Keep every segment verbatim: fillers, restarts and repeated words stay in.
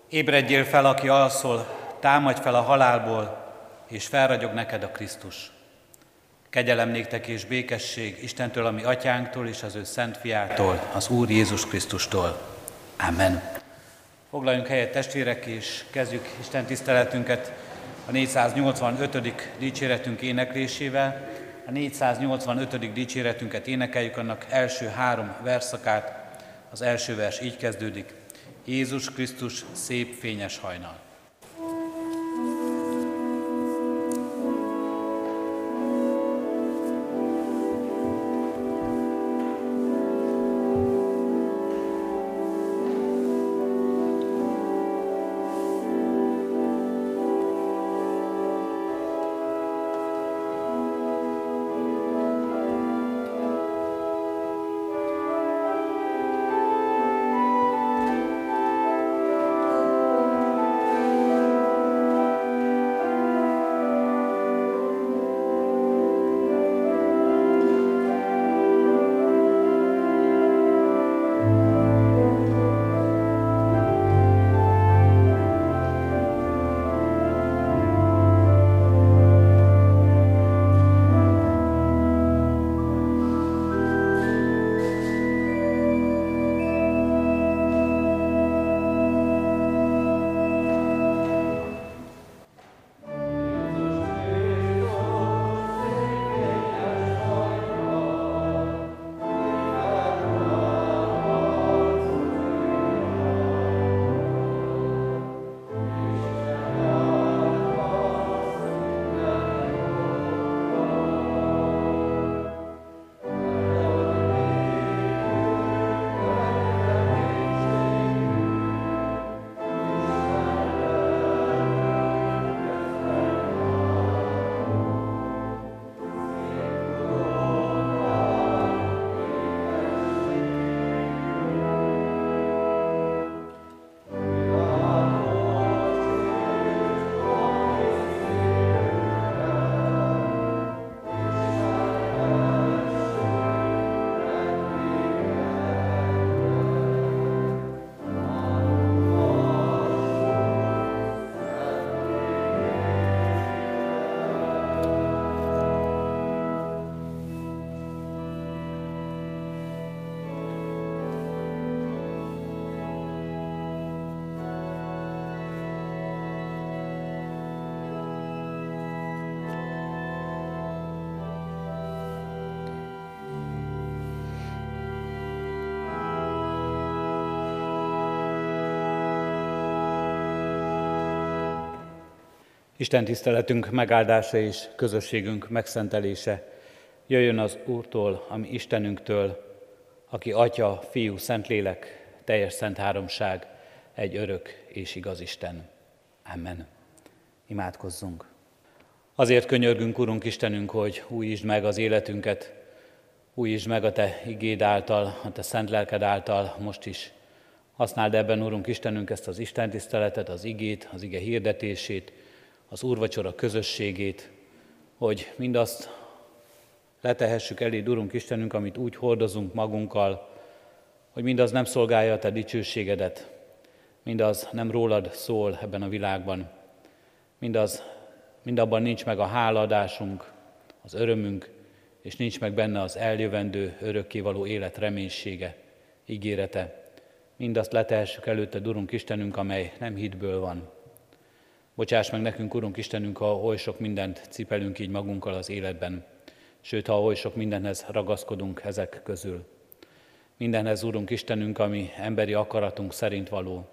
Ébredjél fel, aki alszol, támadj fel a halálból, és felragyog neked a Krisztus. Kegyelem néktek és békesség Istentől, a mi atyánktól és az ő szent fiától, az Úr Jézus Krisztustól. Amen. Foglaljunk helyet, testvérek, és kezdjük Isten tiszteletünket a négyszáznyolcvanötödik dicséretünk éneklésével. A négyszáznyolcvanötödik dicséretünket énekeljük, annak első három verszakát. Az első vers így kezdődik: Jézus Krisztus, szép fényes hajnal. Isten tiszteletünk megáldása és közösségünk megszentelése jöjjön az Úrtól, ami Istenünktől, aki Atya, Fiú, Szentlélek, teljes szent háromság, egy örök és igaz Isten. Amen. Imádkozzunk. Azért könyörgünk, Urunk Istenünk, hogy újítsd meg az életünket, újítsd meg a Te igéd által, a Te szent lelked által most is. Használd ebben, Urunk Istenünk, ezt az Isten tiszteletet, az igét, az ige hirdetését, az úrvacsora közösségét, hogy mindazt letehessük eléd, Urunk Istenünk, amit úgy hordozunk magunkkal, hogy mindaz nem szolgálja a Te dicsőségedet, mindaz nem rólad szól ebben a világban, mindaz, mindabban nincs meg a hálaadásunk, az örömünk, és nincs meg benne az eljövendő, örökkévaló élet reménysége, ígérete. Mindazt letehessük előtted, Urunk Istenünk, amely nem hitből van. Bocsáss meg nekünk, Urunk Istenünk, ha oly sok mindent cipelünk így magunkkal az életben, sőt, ha oly sok mindenhez ragaszkodunk ezek közül. Mindenhez, Urunk Istenünk, ami emberi akaratunk szerint való,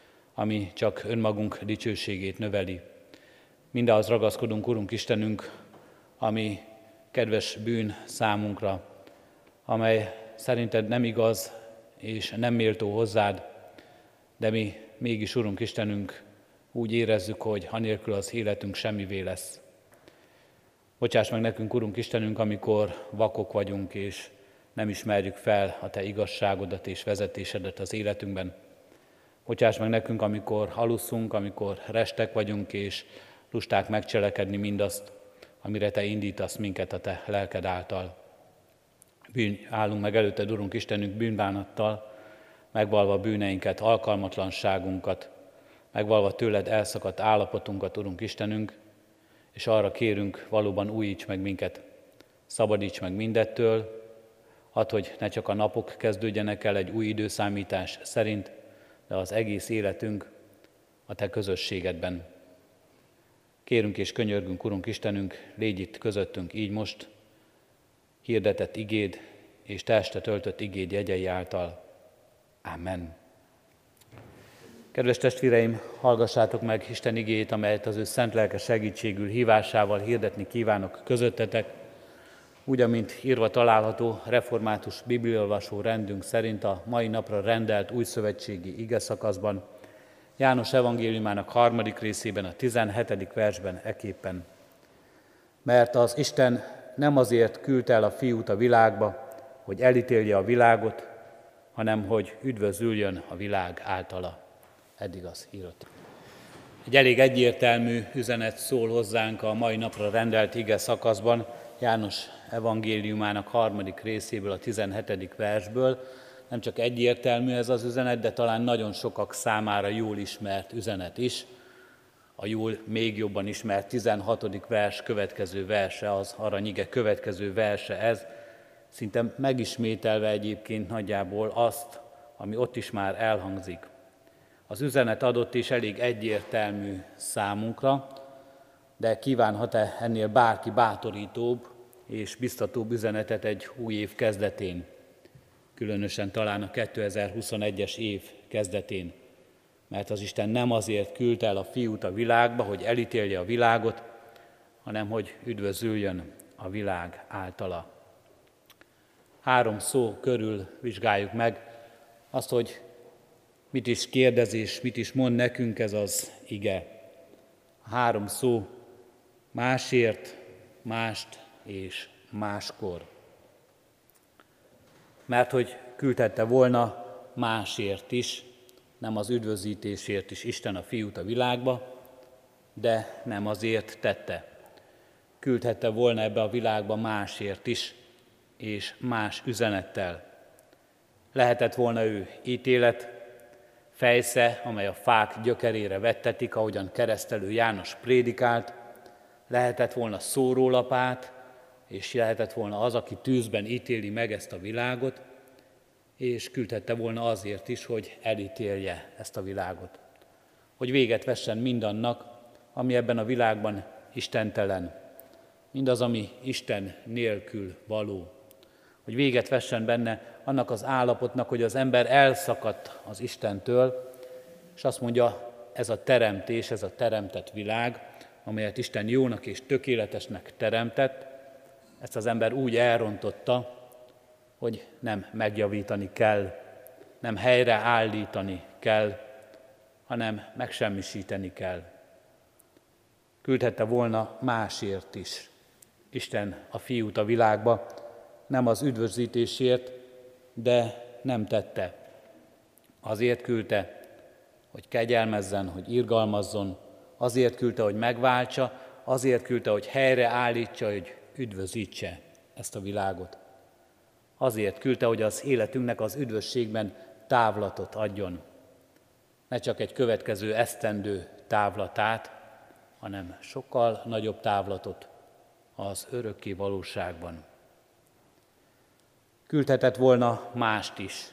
ami csak önmagunk dicsőségét növeli. Mindahhoz ragaszkodunk, Urunk Istenünk, ami kedves bűn számunkra, amely szerinted nem igaz és nem méltó hozzád, de mi mégis, Urunk Istenünk, úgy érezzük, hogy anélkül az életünk semmivé lesz. Bocsáss meg nekünk, Urunk Istenünk, amikor vakok vagyunk, és nem ismerjük fel a Te igazságodat és vezetésedet az életünkben. Bocsáss meg nekünk, amikor aluszunk, amikor restek vagyunk, és lusták megcselekedni mindazt, amire Te indítasz minket a Te lelked által. Bűn, állunk meg előtted, Urunk Istenünk, bűnbánattal, megvalva bűneinket, alkalmatlanságunkat, megvalva tőled elszakadt állapotunkat, Urunk Istenünk, és arra kérünk, valóban újíts meg minket, szabadíts meg mindettől, add, hogy ne csak a napok kezdődjenek el egy új időszámítás szerint, de az egész életünk a Te közösségedben. Kérünk és könyörgünk, Urunk Istenünk, légy itt közöttünk így most, hirdetett igéd és testet öltött igéd jegyei által. Amen. Kedves testvéreim, hallgassátok meg Isten igéjét, amelyet az ő szent lelke segítségül hívásával hirdetni kívánok közöttetek, úgy, amint írva található református bibliaolvasó rendünk szerint a mai napra rendelt újszövetségi igeszakaszban, János evangéliumának harmadik részében, a tizenhetedik versben eképpen. Mert az Isten nem azért küldte el a fiút a világba, hogy elítélje a világot, hanem hogy üdvözüljön a világ általa. Eddig az írott. Egy elég egyértelmű üzenet szól hozzánk a mai napra rendelt ige szakaszban, János evangéliumának harmadik részéből, a tizenhetedik versből. Nem csak egyértelmű ez az üzenet, de talán nagyon sokak számára jól ismert üzenet is. A jól még jobban ismert tizenhatodik vers következő verse, az aranyige következő verse ez, szinte megismételve egyébként nagyjából azt, ami ott is már elhangzik. Az üzenet adott is elég egyértelmű számunkra, de kívánhat-e ennél bárki bátorítóbb és biztatóbb üzenetet egy új év kezdetén, különösen talán a kétezer-huszonegyes év kezdetén, mert az Isten nem azért küldte el a fiút a világba, hogy elítélje a világot, hanem hogy üdvözüljön a világ általa. Három szó körül vizsgáljuk meg azt, hogy mit is kérdez és mit is mond nekünk ez az ige. A három szó: másért, mást és máskor. Mert hogy küldhette volna másért is, nem az üdvözítésért is Isten a fiút a világba, de nem azért tette. Küldhette volna ebbe a világba másért is, és más üzenettel. Lehetett volna ő ítélet, fejsze, amely a fák gyökerére vettetik, ahogyan keresztelő János prédikált, lehetett volna szórólapát, és lehetett volna az, aki tűzben ítéli meg ezt a világot, és küldhette volna azért is, hogy elítélje ezt a világot. Hogy véget vessen mindannak, ami ebben a világban istentelen, mindaz, ami Isten nélkül való. Hogy véget vessen benne annak az állapotnak, hogy az ember elszakadt az Istentől, és azt mondja, ez a teremtés, ez a teremtett világ, amelyet Isten jónak és tökéletesnek teremtett, ezt az ember úgy elrontotta, hogy nem megjavítani kell, nem helyreállítani kell, hanem megsemmisíteni kell. Küldhette volna másért is Isten a fiút a világba, nem az üdvözítésért, de nem tette. Azért küldte, hogy kegyelmezzen, hogy irgalmazzon, azért küldte, hogy megváltsa, azért küldte, hogy helyreállítsa, hogy üdvözítse ezt a világot. Azért küldte, hogy az életünknek az üdvösségben távlatot adjon. Ne csak egy következő esztendő távlatát, hanem sokkal nagyobb távlatot az örökké valóságban. Küldhetett volna mást is,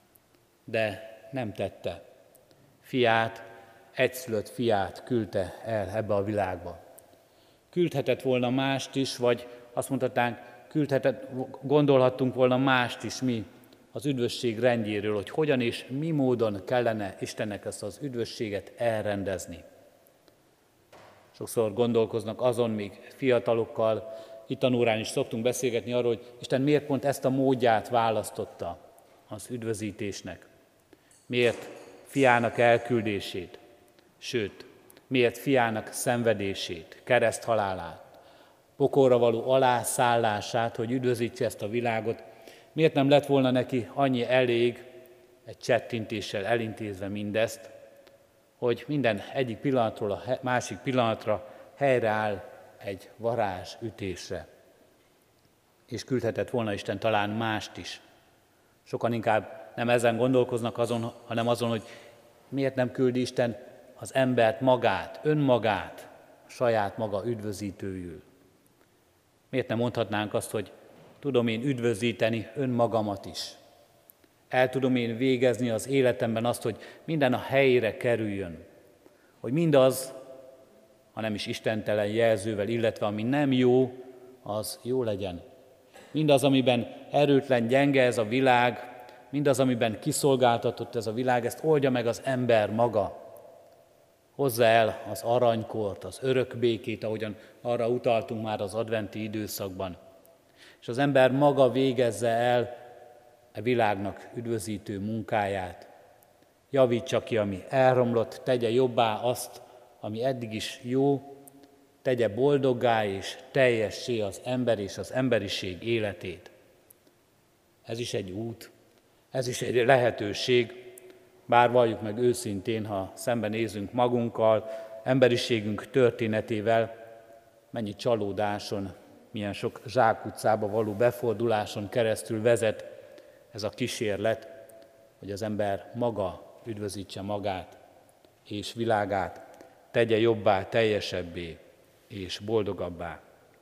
de nem tette. Fiát, egyszülött fiát küldte el ebbe a világba. Küldhetett volna mást is, vagy azt mondhatnánk, küldhetett, gondolhattunk volna mást is mi az üdvösség rendjéről, hogy hogyan és mi módon kellene Istennek ezt az üdvösséget elrendezni. Sokszor gondolkoznak azon, még fiatalokkal, itt tanórán is szoktunk beszélgetni arról, hogy Isten miért pont ezt a módját választotta az üdvözítésnek. Miért fiának elküldését, sőt, miért fiának szenvedését, kereszthalálát, pokolra való alászállását, hogy üdvözítse ezt a világot, miért nem lett volna neki annyi elég, egy csettintéssel elintézve mindezt, hogy minden egyik pillanatról a másik pillanatra helyreáll egy varázsütésre. És küldhetett volna Isten talán mást is. Sokan inkább nem ezen gondolkoznak azon, hanem azon, hogy miért nem küldi Isten az embert magát, önmagát, saját maga üdvözítőül. Miért nem mondhatnánk azt, hogy tudom én üdvözíteni önmagamat is? El tudom én végezni az életemben azt, hogy minden a helyére kerüljön, hogy mindaz, ha nem is istentelen jelzővel, illetve ami nem jó, az jó legyen. Mindaz, amiben erőtlen, gyenge ez a világ, mindaz, amiben kiszolgáltatott ez a világ, ezt oldja meg az ember maga. Hozza el az aranykort, az örök békét, ahogyan arra utaltunk már az adventi időszakban. És az ember maga végezze el a világnak üdvözítő munkáját. Javítsa ki, ami elromlott, tegye jobbá azt, ami eddig is jó, tegye boldoggá és teljessé az ember és az emberiség életét. Ez is egy út, ez is egy lehetőség, bár valljuk meg őszintén, ha szembenézünk magunkkal, emberiségünk történetével, mennyi csalódáson, milyen sok zsákutcába való beforduláson keresztül vezet ez a kísérlet, hogy az ember maga üdvözítse magát és világát, tegye jobbá, teljesebbé és boldogabbá.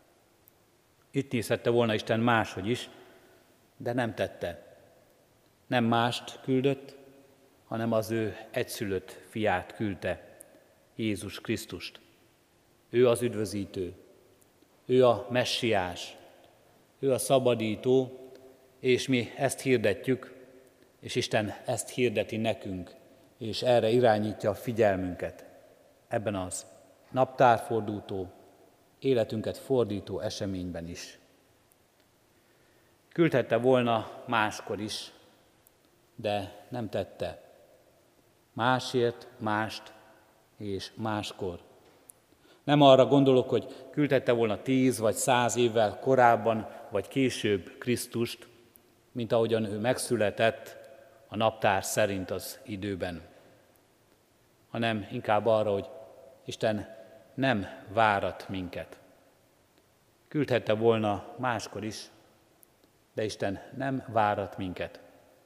Itt nézhette volna Isten máshogy is, de nem tette. Nem mást küldött, hanem az ő egyszülött fiát küldte, Jézus Krisztust. Ő az üdvözítő, ő a messiás, ő a szabadító, és mi ezt hirdetjük, és Isten ezt hirdeti nekünk, és erre irányítja a figyelmünket ebben az naptárfordító, életünket fordító eseményben is. Küldhette volna máskor is, de nem tette. Másért, mást és máskor. Nem arra gondolok, hogy küldhette volna tíz vagy száz évvel korábban, vagy később Krisztust, mint ahogyan ő megszületett a naptár szerint az időben, hanem inkább arra, hogy Isten nem várat minket. Küldhette volna máskor is, de Isten nem várat minket.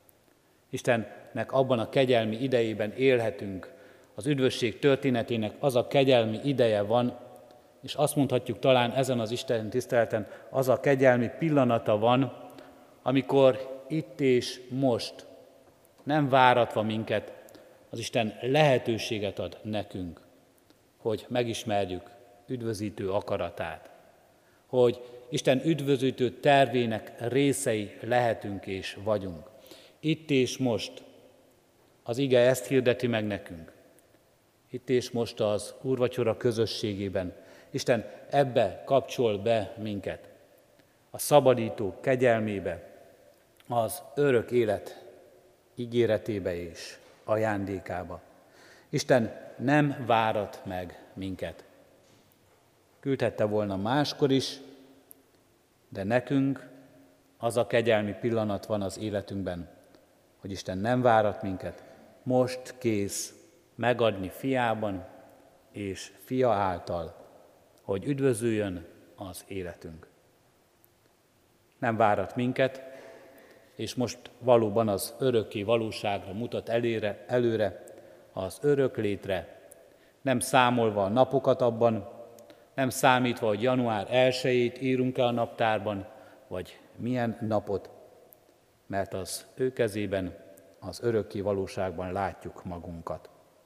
Istennek abban a kegyelmi idejében élhetünk, az üdvösség történetének az a kegyelmi ideje van, és azt mondhatjuk talán ezen az Isten tiszteleten, az a kegyelmi pillanata van, amikor itt és most, nem váratva minket, az Isten lehetőséget ad nekünk, hogy megismerjük üdvözítő akaratát, hogy Isten üdvözítő tervének részei lehetünk és vagyunk. Itt és most az ige ezt hirdeti meg nekünk. Itt és most az úrvacsora közösségében Isten ebbe kapcsol be minket, a szabadító kegyelmébe, az örök élet ígéretébe és ajándékába. Isten nem várat meg minket. Küldhette volna máskor is, de nekünk az a kegyelmi pillanat van az életünkben, hogy Isten nem várat minket, most kész megadni fiában és fia által, hogy üdvözüljön az életünk. Nem várat minket, és most valóban az örökké valóságra mutat elére, előre, az örök létre, nem számolva a napokat abban, nem számítva, hogy január elsejét írunk-e a naptárban, vagy milyen napot, mert az ő kezében, az örökké valóságban látjuk magunkat.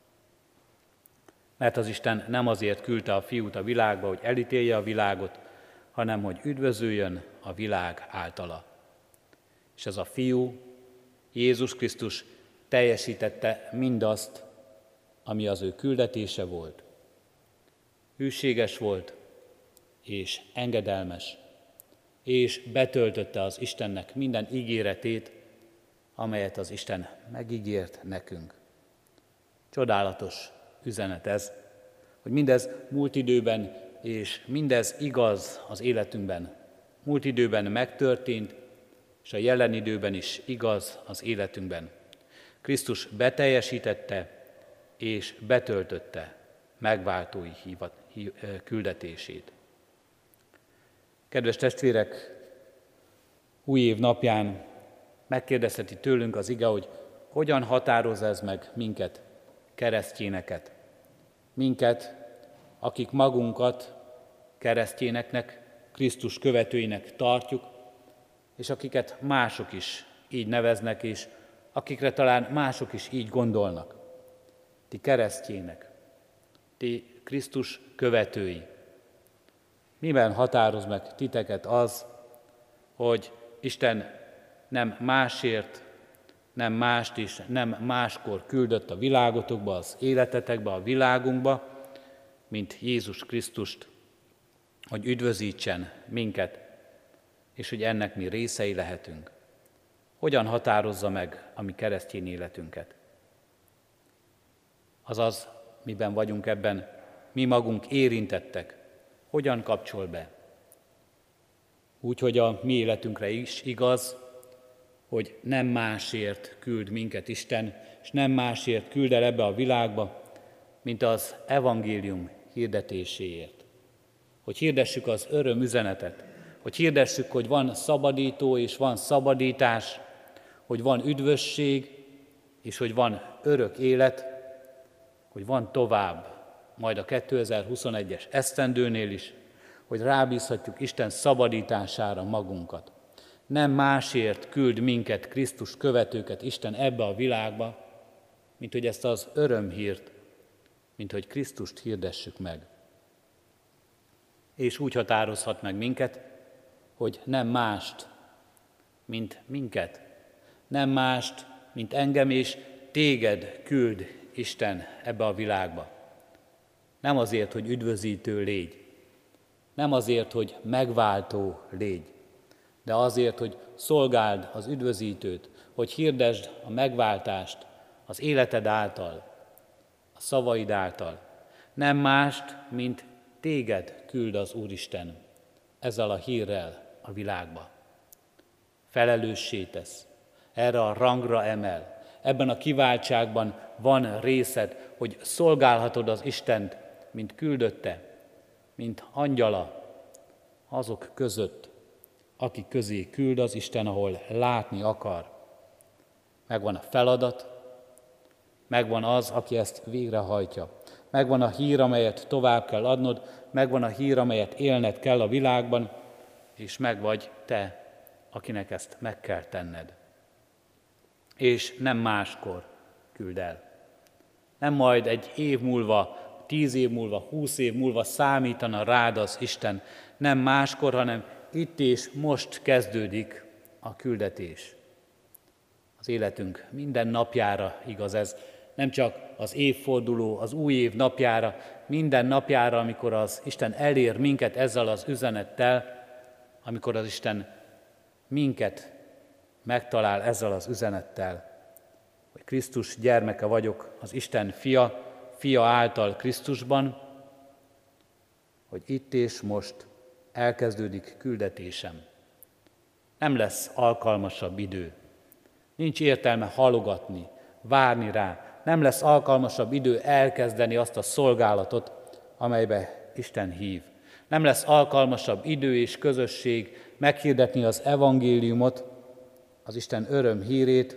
Mert az Isten nem azért küldte a fiút a világba, hogy elítélje a világot, hanem hogy üdvözüljön a világ általa. És ez a fiú, Jézus Krisztus teljesítette mindazt, ami az ő küldetése volt. Hűséges volt, és engedelmes, és betöltötte az Istennek minden ígéretét, amelyet az Isten megígért nekünk. Csodálatos üzenet ez, hogy mindez múlt időben, és mindez igaz az életünkben. Múlt időben megtörtént, és a jelen időben is igaz az életünkben. Krisztus beteljesítette és betöltötte megváltói hívat, hí, küldetését. Kedves testvérek, új év napján megkérdezheti tőlünk az ige, hogy hogyan határoz ez meg minket, keresztjéneket. minket, akik magunkat keresztényeknek, Krisztus követőinek tartjuk, és akiket mások is így neveznek, és akikre talán mások is így gondolnak. Ti keresztények, ti Krisztus követői. Miben határoz meg titeket az, hogy Isten nem másért, nem mást is, nem máskor küldött a világotokba, az életetekbe, a világunkba, mint Jézus Krisztust, hogy üdvözítsen minket, és hogy ennek mi részei lehetünk. Hogyan határozza meg a mi keresztény életünket? Azaz, miben vagyunk ebben, mi magunk érintettek, hogyan kapcsol be? Úgy, hogy a mi életünkre is igaz, hogy nem másért küld minket Isten, és nem másért küld el ebbe a világba, mint az evangélium hirdetéséért. Hogy hirdessük az öröm üzenetet, hogy hirdessük, hogy van szabadító és van szabadítás, hogy van üdvösség, és hogy van örök élet, hogy van tovább, majd a kétezer-huszonegyes esztendőnél is, hogy rábízhatjuk Isten szabadítására magunkat. Nem másért küld minket, Krisztus követőket Isten ebbe a világba, mint hogy ezt az örömhírt, mint hogy Krisztust hirdessük meg. És úgy határozhat meg minket, hogy nem mást, mint minket, nem mást, mint engem és téged küld Isten ebbe a világba. Nem azért, hogy üdvözítő légy, nem azért, hogy megváltó légy, de azért, hogy szolgáld az üdvözítőt, hogy hirdesd a megváltást az életed által, a szavaid által. Nem mást, mint téged küld az Úristen ezzel a hírrel a világba. Felelőssé tesz, erre a rangra emel, ebben a kiváltságban van részed, hogy szolgálhatod az Istent, mint küldötte, mint angyala azok között, akik közé küld az Isten, ahol látni akar. Megvan a feladat, megvan az, aki ezt végrehajtja. Megvan a hír, amelyet tovább kell adnod, megvan a hír, amelyet élned kell a világban, és megvagy te, akinek ezt meg kell tenned. És nem máskor küld el. Nem majd egy év múlva, tíz év múlva, húsz év múlva számítana rád az Isten. Nem máskor, hanem itt és most kezdődik a küldetés. Az életünk minden napjára igaz ez, nem csak az évforduló, az új év napjára, minden napjára, amikor az Isten elér minket ezzel az üzenettel, amikor az Isten minket megtalál ezzel az üzenettel, hogy Krisztus gyermeke vagyok, az Isten fia, fia által Krisztusban, hogy itt és most elkezdődik küldetésem. Nem lesz alkalmasabb idő. Nincs értelme halogatni, várni rá. Nem lesz alkalmasabb idő elkezdeni azt a szolgálatot, amelybe Isten hív. Nem lesz alkalmasabb idő és közösség meghirdetni az evangéliumot, az Isten öröm hírét,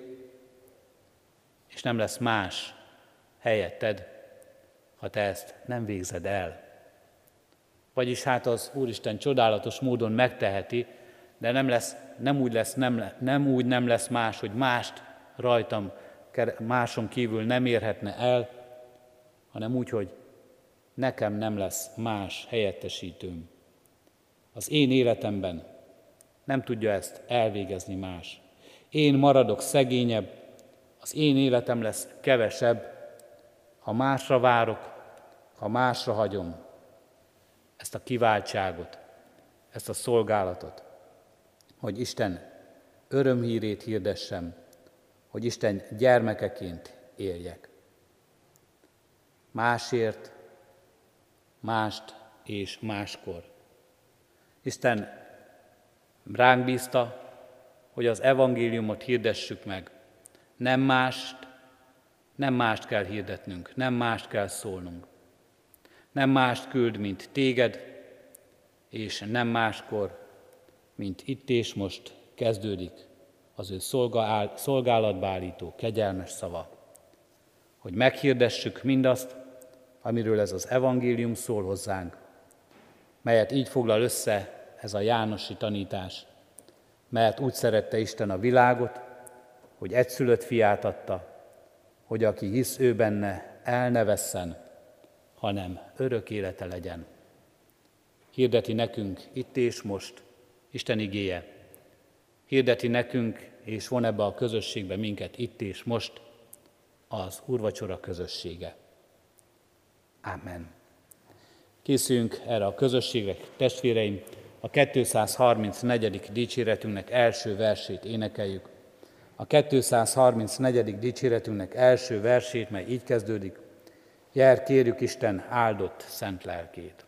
és nem lesz más helyetted, ha te ezt nem végzed el. Vagyis hát az Úristen csodálatos módon megteheti, de nem, lesz, nem, úgy lesz, nem, nem úgy nem lesz más, hogy mást rajtam, máson kívül nem érhetne el, hanem úgy, hogy nekem nem lesz más helyettesítőm. Az én életemben nem tudja ezt elvégezni más. Én maradok szegényebb, az én életem lesz kevesebb, ha másra várok, ha másra hagyom ezt a kiváltságot, ezt a szolgálatot, hogy Isten örömhírét hirdessem, hogy Isten gyermekeként éljek. Másért, mást és máskor. Isten ránk bízta, hogy az evangéliumot hirdessük meg. Nem mást, nem mást kell hirdetnünk, nem mást kell szólnunk. Nem mást küld, mint téged, és nem máskor, mint itt és most kezdődik az ő szolgálatba állító kegyelmes szava. Hogy meghirdessük mindazt, amiről ez az evangélium szól hozzánk, melyet így foglal össze ez a jánosi tanítás, mert úgy szerette Isten a világot, hogy egyszülött fiát adta, hogy aki hisz ő benne, el ne vesszen, hanem örök élete legyen. Hirdeti nekünk itt és most Isten igéje. Hirdeti nekünk, és von ebbe a közösségbe minket itt és most az úrvacsora közössége. Amen. Készüljünk erre a közösségre, testvéreim, a kétszázharmincnegyedik dicséretünknek első versét énekeljük. A kétszázharmincnegyedik dicséretünknek első versét, mely így kezdődik: Jár, kérjük Isten áldott szent lelkét.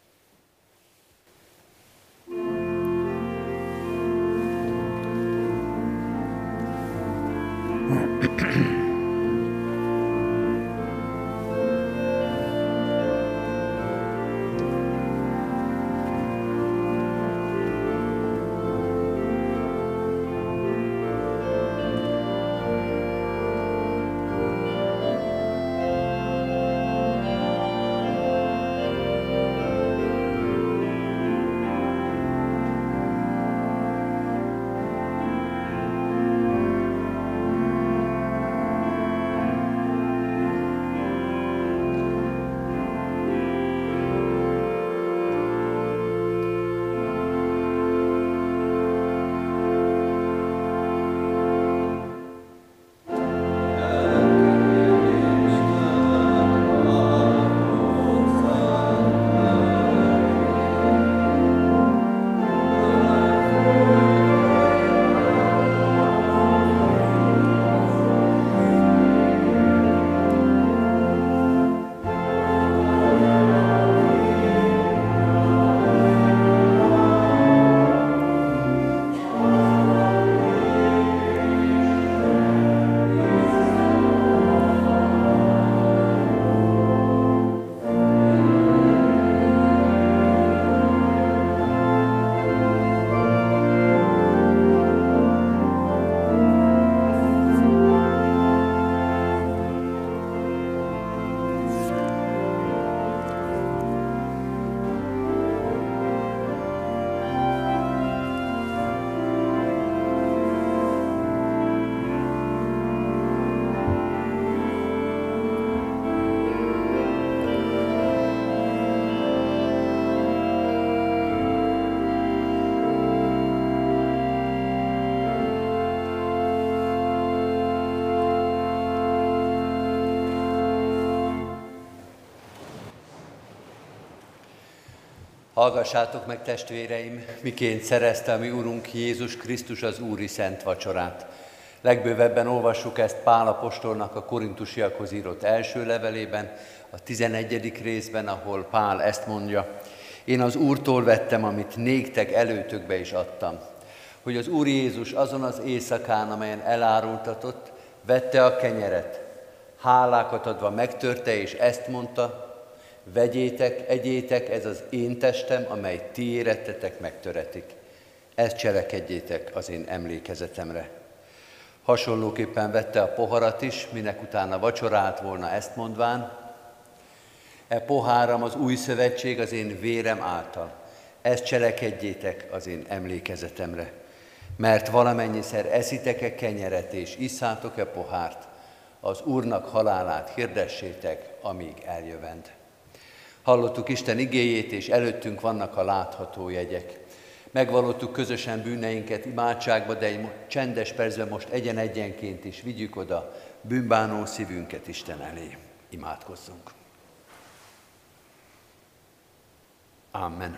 Hallgassátok meg, testvéreim, miként szerezte a mi Urunk Jézus Krisztus az Úri Szent Vacsorát. Legbővebben olvassuk ezt Pál apostolnak a korintusiakhoz írott első levelében, a tizenegyedik részben, ahol Pál ezt mondja: Én az Úrtól vettem, amit néktek előtökbe is adtam, hogy az Úr Jézus azon az éjszakán, amelyen elárultatott, vette a kenyeret, hálákat adva megtörte, és ezt mondta: Vegyétek, egyétek, ez az én testem, amely ti érettetek megtöretik. Ezt cselekedjétek az én emlékezetemre. Hasonlóképpen vette a poharat is, minek utána vacsorált volna, ezt mondván: E poháram az új szövetség az én vérem által. Ezt cselekedjétek az én emlékezetemre. Mert valamennyiszer eszitek-e kenyeret és isszátok-e pohárt, az Úrnak halálát hirdessétek, amíg eljövend. Hallottuk Isten igéjét, és előttünk vannak a látható jegyek. Megvallottuk közösen bűneinket imádságba, de egy csendes percben most egyen-egyenként is vigyük oda bűnbánó szívünket Isten elé. Imádkozzunk. Amen.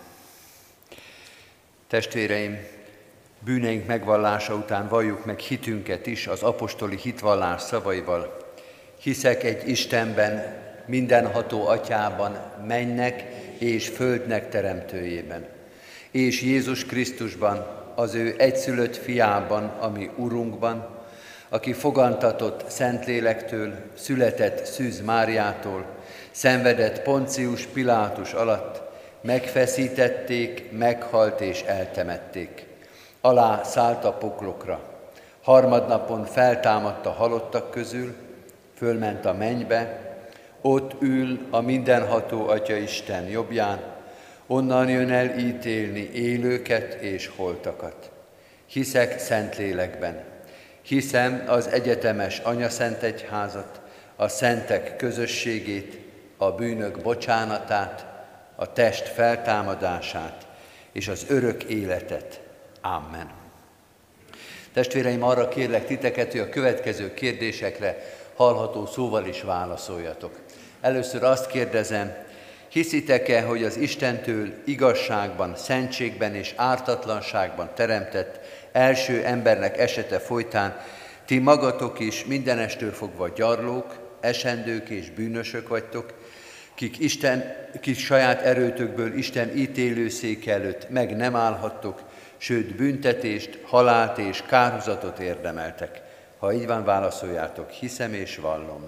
Testvéreim, bűneink megvallása után valljuk meg hitünket is az apostoli hitvallás szavaival. Hiszek egy Istenben, mindenható Atyában, mennek és földnek teremtőjében, és Jézus Krisztusban, az ő egyszülött fiában, ami Urunkban, aki fogantatott Szentlélektől, született Szűz Máriától, szenvedett Poncius Pilátus alatt, megfeszítették, meghalt és eltemették. Alá szállt a poklokra. Harmadnapon feltámadt a halottak közül, fölment a mennybe, Ott ül a mindenható Atya Isten jobbján, onnan jön el ítélni élőket és holtakat. Hiszek Szentlélekben, hiszem az egyetemes Anyaszentegyházat, a szentek közösségét, a bűnök bocsánatát, a test feltámadását és az örök életet. Amen. Testvéreim, arra kérlek titeket, hogy a következő kérdésekre hallható szóval is válaszoljatok. Először azt kérdezem, hiszitek-e, hogy az Istentől igazságban, szentségben és ártatlanságban teremtett első embernek esete folytán ti magatok is mindenestől fogva gyarlók, esendők és bűnösök vagytok, kik, Isten, kik saját erőtökből Isten ítélőszék előtt meg nem állhattok, sőt büntetést, halált és kárhozatot érdemeltek. Ha így van, válaszoljátok, hiszem és vallom.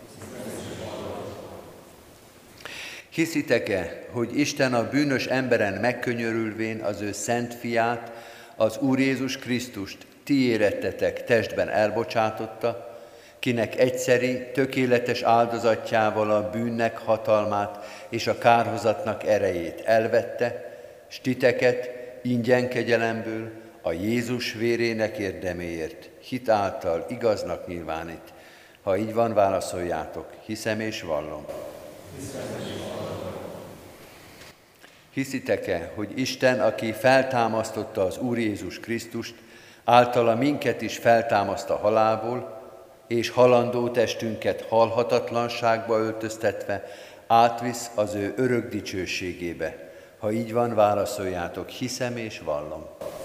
Hiszitek-e, hogy Isten a bűnös emberen megkönyörülvén az ő szent fiát, az Úr Jézus Krisztust ti érettetek testben elbocsátotta, kinek egyszeri, tökéletes áldozatjával a bűnnek hatalmát és a kárhozatnak erejét elvette, s titeket ingyen kegyelemből a Jézus vérének érdeméért hit által igaznak nyilvánít. Ha így van, válaszoljátok, hiszem és vallom. Hiszitek-e, hogy Isten, aki feltámasztotta az Úr Jézus Krisztust, általa minket is feltámaszt a halálból, és halandó testünket halhatatlanságba öltöztetve átvisz az ő örök dicsőségébe. Ha így van, válaszoljátok, hiszem és vallom.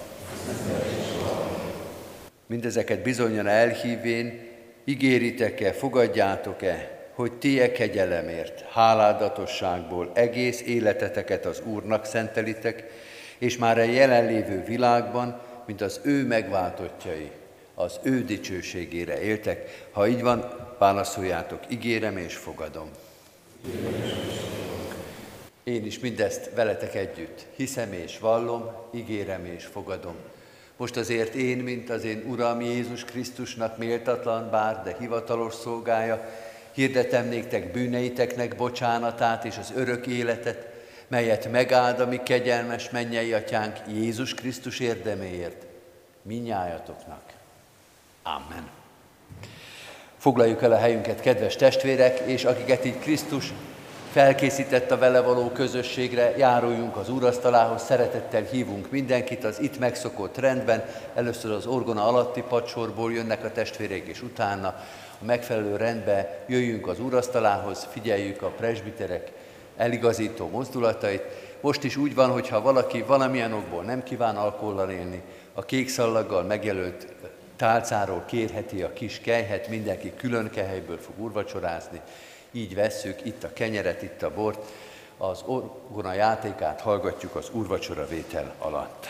Mindezeket bizonyan elhívén, ígéritek-e, fogadjátok-e, hogy ti e kegyelemért, háládatosságból egész életeteket az Úrnak szentelitek, és már a jelenlévő világban, mint az ő megváltottjai, az ő dicsőségére éltek. Ha így van, válaszoljátok, ígérem és fogadom. Én is mindezt veletek együtt hiszem és vallom, ígérem és fogadom. Most azért én, mint az én Uram Jézus Krisztusnak méltatlan bár, de hivatalos szolgája, hirdetem néktek bűneiteknek bocsánatát és az örök életet, melyet megáld a mi kegyelmes mennyei atyánk Jézus Krisztus érdeméért, minnyájatoknak. Amen. Foglaljuk el a helyünket, kedves testvérek, és akiket így Krisztus felkészített a vele való közösségre, járuljunk az úrasztalához, szeretettel hívunk mindenkit az itt megszokott rendben. Először az orgona alatti padsorból jönnek a testvérek, és utána a megfelelő rendbe jöjjünk az úrasztalához, figyeljük a presbiterek eligazító mozdulatait. Most is úgy van, hogyha valaki valamilyen okból nem kíván alkohollal élni, a kék szallaggal megjelölt tálcáról kérheti a kis kelyhet, mindenki külön kehelyből fog úrvacsorázni. Így vesszük itt a kenyeret, itt a bort, az orgona játékát hallgatjuk az úrvacsora vétel alatt.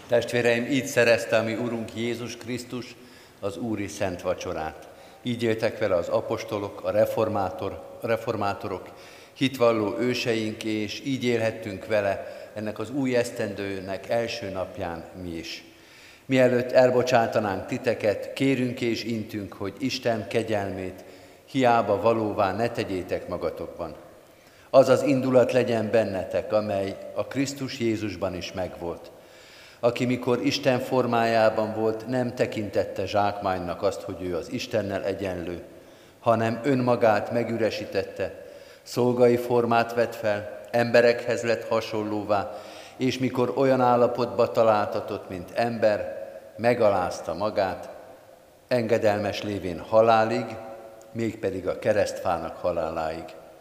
Testvéreim, így szerezte a mi Urunk Jézus Krisztus az Úri Szent Vacsorát. Így éltek vele az apostolok, a reformátor, reformátorok, hitvalló őseink, és így élhettünk vele ennek az új esztendőnek első napján mi is. Mielőtt elbocsátanánk titeket, kérünk és intünk, hogy Isten kegyelmét hiába valóvá ne tegyétek magatokban. Az az indulat legyen bennetek, amely a Krisztus Jézusban is megvolt, aki mikor Isten formájában volt, nem tekintette zsákmánynak azt, hogy ő az Istennel egyenlő, hanem önmagát megüresítette, szolgai formát vett fel, emberekhez lett hasonlóvá, és mikor olyan állapotba találtatott, mint ember, megalázta magát, engedelmes lévén halálig, mégpedig a keresztfának haláláig.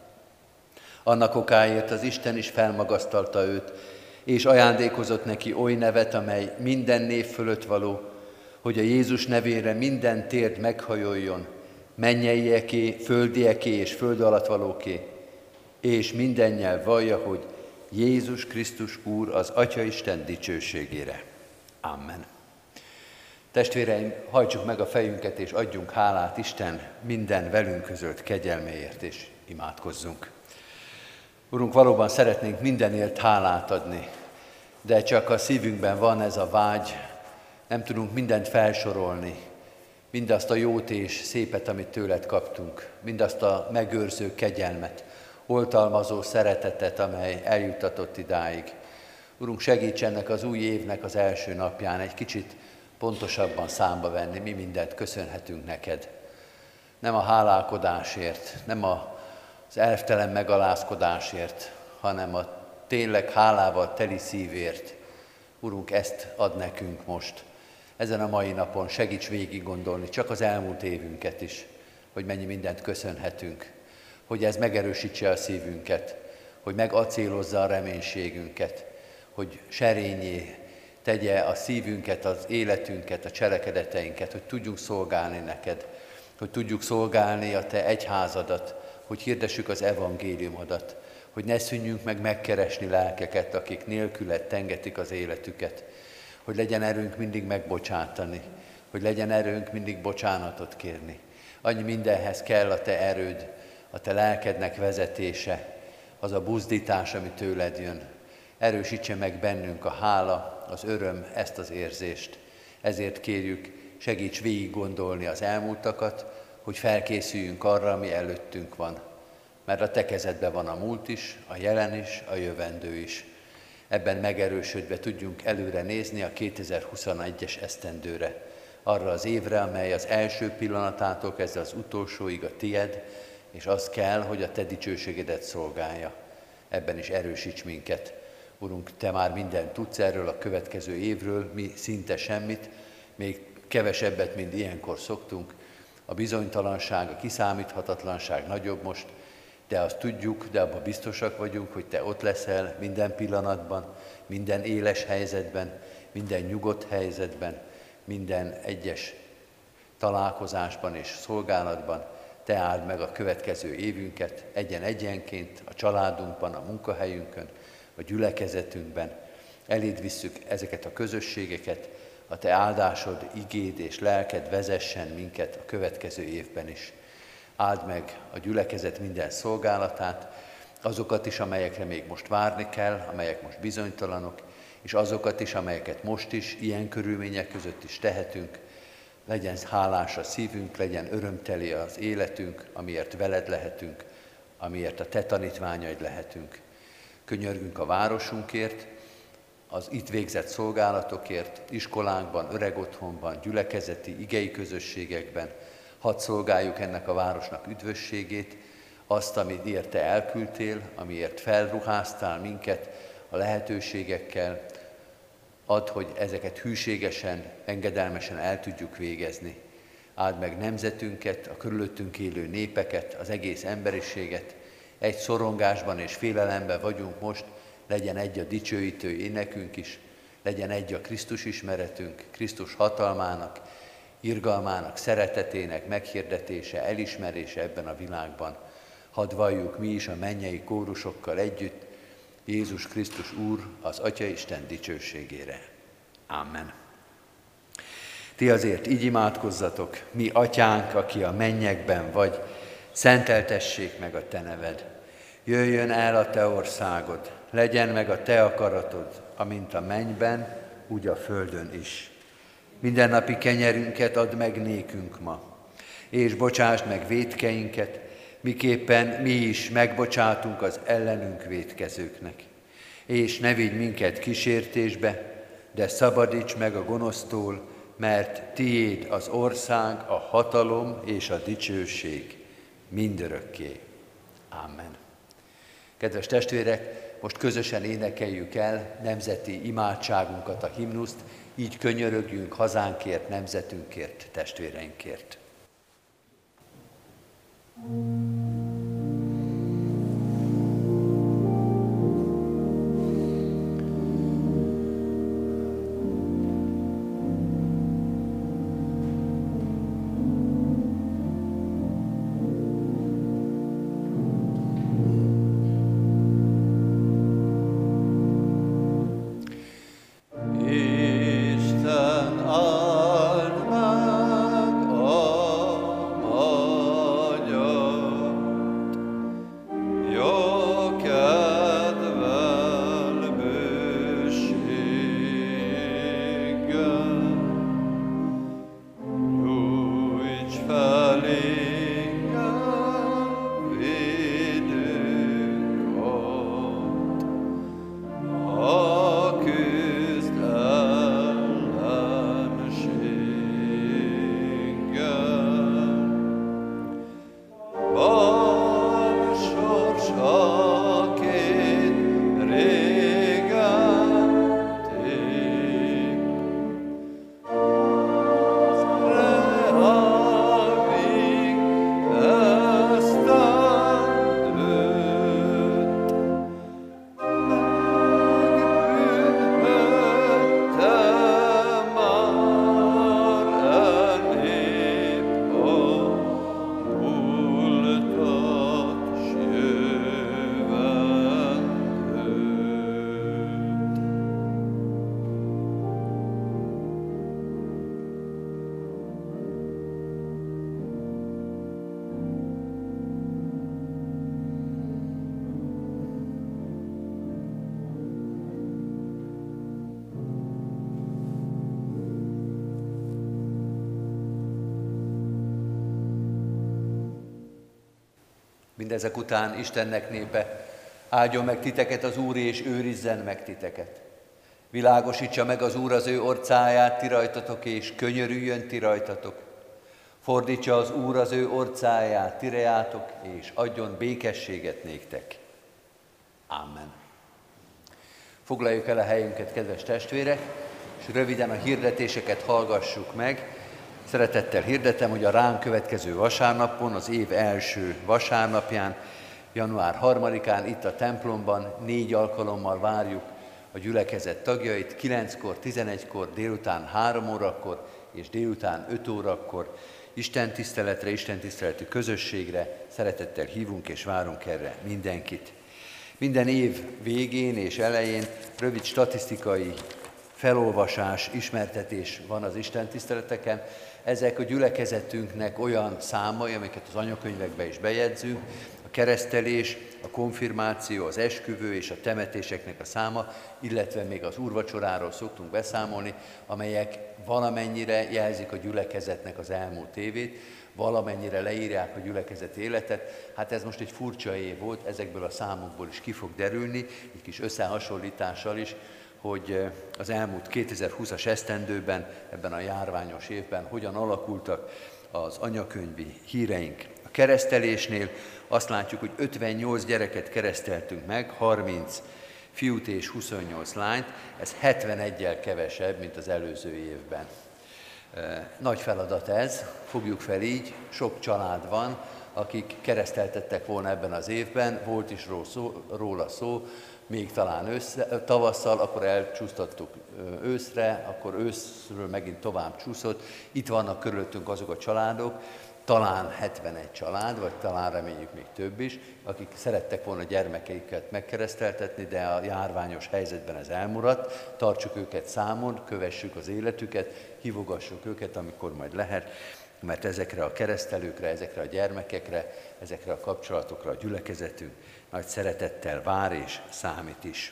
Annak okáért az Isten is felmagasztalta őt, és ajándékozott neki oly nevet, amely minden név fölött való, hogy a Jézus nevére minden térd meghajoljon, mennyieké, földieké és föld alatt valóké, és minden nyelv vallja, hogy Jézus Krisztus Úr az Atya Isten dicsőségére. Amen. Testvéreim, hajtsuk meg a fejünket, és adjunk hálát Isten minden velünk közölt kegyelméért, és imádkozzunk. Urunk, valóban szeretnénk mindenért hálát adni, de csak a szívünkben van ez a vágy, nem tudunk mindent felsorolni, mindazt a jót és szépet, amit tőled kaptunk, mindazt a megőrző kegyelmet, oltalmazó szeretetet, amely eljutatott idáig. Urunk, segíts ennek az új évnek az első napján egy kicsit pontosabban számba venni, mi mindent köszönhetünk neked. Nem a hálálkodásért, nem az elvtelen megalázkodásért, hanem a tényleg hálával teli szívért. Urunk, ezt ad nekünk most. Ezen a mai napon segíts végig gondolni, csak az elmúlt évünket is, hogy mennyi mindent köszönhetünk, hogy ez megerősítse a szívünket, hogy megacélozza a reménységünket, hogy serényé tegye a szívünket, az életünket, a cselekedeteinket, hogy tudjunk szolgálni neked, hogy tudjuk szolgálni a te egyházadat, hogy hirdessük az evangéliumodat, hogy ne szűnjünk meg megkeresni lelkeket, akik nélküled tengetik az életüket, hogy legyen erőnk mindig megbocsátani, hogy legyen erőnk mindig bocsánatot kérni. Annyi mindenhez kell a te erőd, a te lelkednek vezetése, az a buzdítás, ami tőled jön. Erősítse meg bennünk a hála, az öröm, ezt az érzést. Ezért kérjük, segíts végig gondolni az elmúltakat, hogy felkészüljünk arra, ami előttünk van. Mert a te kezedben van a múlt is, a jelen is, a jövendő is. Ebben megerősödve tudjunk előre nézni a kétezer-huszonegyes esztendőre, arra az évre, amely az első pillanatától kezdve az utolsóig a tied, és az kell, hogy a te dicsőségedet szolgálja. Ebben is erősíts minket. Urunk, te már mindent tudsz erről a következő évről, mi szinte semmit, még kevesebbet, mint ilyenkor szoktunk. A bizonytalanság, a kiszámíthatatlanság nagyobb most, de azt tudjuk, de abban biztosak vagyunk, hogy te ott leszel minden pillanatban, minden éles helyzetben, minden nyugodt helyzetben, minden egyes találkozásban és szolgálatban. Te áld meg a következő évünket egyen-egyenként, a családunkban, a munkahelyünkön, a gyülekezetünkben. Eléd visszük ezeket a közösségeket, a te áldásod, igéd és lelked vezessen minket a következő évben is. Áld meg a gyülekezet minden szolgálatát, azokat is, amelyekre még most várni kell, amelyek most bizonytalanok, és azokat is, amelyeket most is, ilyen körülmények között is tehetünk. Legyen hálás a szívünk, legyen örömteli az életünk, amiért veled lehetünk, amiért a te tanítványaid lehetünk. Könyörgünk a városunkért, az itt végzett szolgálatokért, iskolánkban, öregotthonban, gyülekezeti, igei közösségekben. Hadd szolgáljuk ennek a városnak üdvösségét, azt, amiért te elküldtél, amiért felruháztál minket a lehetőségekkel. Add, hogy ezeket hűségesen, engedelmesen el tudjuk végezni. Áld meg nemzetünket, a körülöttünk élő népeket, az egész emberiséget. Egy szorongásban és félelemben vagyunk most, legyen egy a dicsőítő énekünk is, legyen egy a Krisztus ismeretünk, Krisztus hatalmának, irgalmának, szeretetének meghirdetése, elismerése ebben a világban. Hadd valljuk mi is a mennyei kórusokkal együtt, Jézus Krisztus Úr az Atya Isten dicsőségére. Amen. Ti azért így imádkozzatok, mi atyánk, aki a mennyekben vagy, szenteltessék meg a te neved. Jöjjön el a te országod, legyen meg a te akaratod, amint a mennyben, úgy a földön is. Mindennapi kenyerünket add meg nékünk ma, és bocsásd meg vétkeinket, miképpen mi is megbocsátunk az ellenünk vétkezőknek. És ne vigy minket kísértésbe, de szabadíts meg a gonosztól, mert tiéd az ország, a hatalom és a dicsőség mindörökké. Amen. Kedves testvérek, most közösen énekeljük el nemzeti imádságunkat, a himnuszt, így könyörögjünk hazánkért, nemzetünkért, testvéreinkért. Mindezek után Istennek népe, áldjon meg titeket az Úr, és őrizzen meg titeket. Világosítsa meg az Úr az ő orcáját ti rajtatok, és könyörüljön ti rajtatok. Fordítsa az Úr az ő orcáját ti reátok, és adjon békességet néktek. Amen. Foglaljuk el a helyünket, kedves testvérek, és röviden a hirdetéseket hallgassuk meg. Szeretettel hirdetem, hogy a ránk következő vasárnapon, az év első vasárnapján, január harmadikán itt a templomban négy alkalommal várjuk a gyülekezet tagjait, kilenckor, tizenegykor, délután három órakor és délután öt órakor istentiszteletre, istentiszteleti közösségre szeretettel hívunk és várunk erre mindenkit. Minden év végén és elején rövid statisztikai felolvasás, ismertetés van az istentiszteleteken. Ezek a gyülekezetünknek olyan számai, amiket az anyakönyvekbe is bejegyzünk, a keresztelés, a konfirmáció, az esküvő és a temetéseknek a száma, illetve még az úrvacsoráról szoktunk beszámolni, amelyek valamennyire jelzik a gyülekezetnek az elmúlt évét, valamennyire leírják a gyülekezet életet. Hát ez most egy furcsa év volt, ezekből a számokból is ki fog derülni, egy kis összehasonlítással is, hogy az elmúlt kétezer-húszas esztendőben, ebben a járványos évben hogyan alakultak az anyakönyvi híreink. A keresztelésnél azt látjuk, hogy ötvennyolc gyereket kereszteltünk meg, harminc fiút és huszonnyolc lányt, ez hetveneggyel kevesebb, mint az előző évben. Nagy feladat ez, fogjuk fel így, sok család van, akik kereszteltettek volna ebben az évben, volt is róla szó, még talán össze, tavasszal, akkor elcsúsztattuk őszre, akkor őszről megint tovább csúszott. Itt vannak körülöttünk azok a családok, talán hetvenegy család, vagy talán reméljük még több is, akik szerettek volna gyermekeiket megkereszteltetni, de a járványos helyzetben ez elmaradt. Tartsuk őket számon, kövessük az életüket, hívogassuk őket, amikor majd lehet, mert ezekre a keresztelőkre, ezekre a gyermekekre, ezekre a kapcsolatokra a gyülekezetünk nagy szeretettel vár és számít is.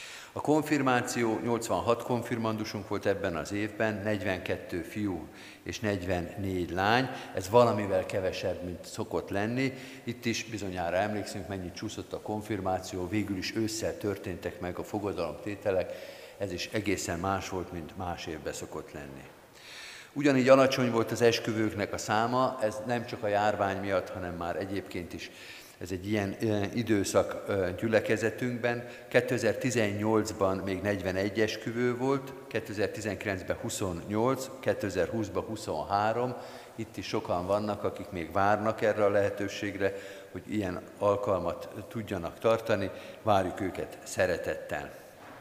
A konfirmáció, nyolcvanhat konfirmandusunk volt ebben az évben, negyvenkettő fiú és negyvennégy lány, ez valamivel kevesebb, mint szokott lenni. Itt is bizonyára emlékszünk, mennyit csúszott a konfirmáció, végül is ősszel történtek meg a fogadalomtételek, ez is egészen más volt, mint más évben szokott lenni. Ugyanígy alacsony volt az esküvőknek a száma, ez nem csak a járvány miatt, hanem már egyébként is ez egy ilyen időszak gyülekezetünkben. kétezer-tizennyolcban még negyvenegy esküvő volt, kétezer-tizenkilencben huszonnyolc, kétezer-húszban huszonhárom. Itt is sokan vannak, akik még várnak erre a lehetőségre, hogy ilyen alkalmat tudjanak tartani. Várjuk őket szeretettel.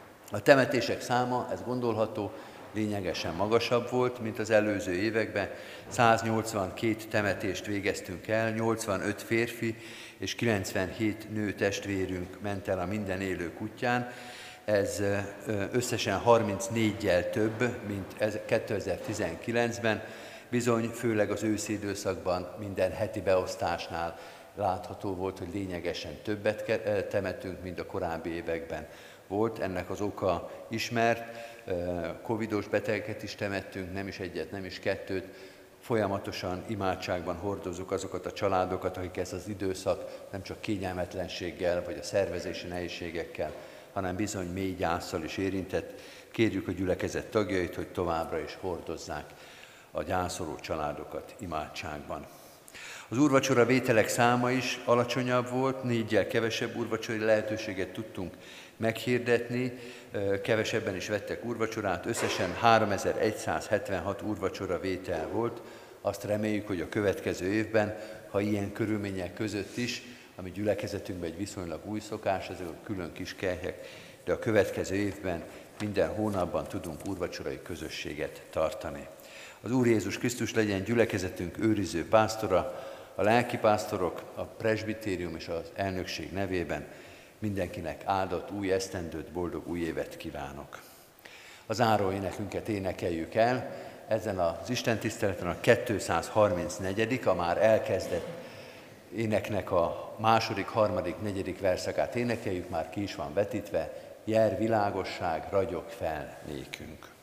A temetések száma, ez gondolható, lényegesen magasabb volt, mint az előző években. száznyolcvankét temetést végeztünk el, nyolcvanöt férfi és kilencvenhét nő testvérünk ment el a minden élő útján. Ez összesen harmincnéggyel több, mint kétezer-tizenkilencben. Bizony, főleg az őszi időszakban minden heti beosztásnál látható volt, hogy lényegesen többet temetünk, mint a korábbi években volt. Ennek az oka ismert, covidos betegeket is temettünk, nem is egyet, nem is kettőt. Folyamatosan imádságban hordozzuk azokat a családokat, akik ezt az időszak nem csak kényelmetlenséggel, vagy a szervezési nehézségekkel, hanem bizony mély gyászsal is érintett. Kérjük a gyülekezet tagjait, hogy továbbra is hordozzák a gyászoló családokat imádságban. Az úrvacsora vételek száma is alacsonyabb volt, négyel kevesebb úrvacsori lehetőséget tudtunk meghirdetni, kevesebben is vettek úrvacsorát, összesen háromezer-egyszázhetvenhat úrvacsora vétel volt. Azt reméljük, hogy a következő évben, ha ilyen körülmények között is, ami gyülekezetünkben egy viszonylag új szokás, ezek a külön kis kelyhek, de a következő évben minden hónapban tudunk úrvacsorai közösséget tartani. Az Úr Jézus Krisztus legyen gyülekezetünk őriző pásztora, a lelkipásztorok, a presbitérium és az elnökség nevében mindenkinek áldott új esztendőt, boldog új évet kívánok. A záró énekünket énekeljük el, ezen az istentiszteleten a kétszázharmincnegyedik a már elkezdett éneknek a második, harmadik, negyedik verszakát énekeljük, már ki is van vetítve, jel világosság, ragyog fel nékünk.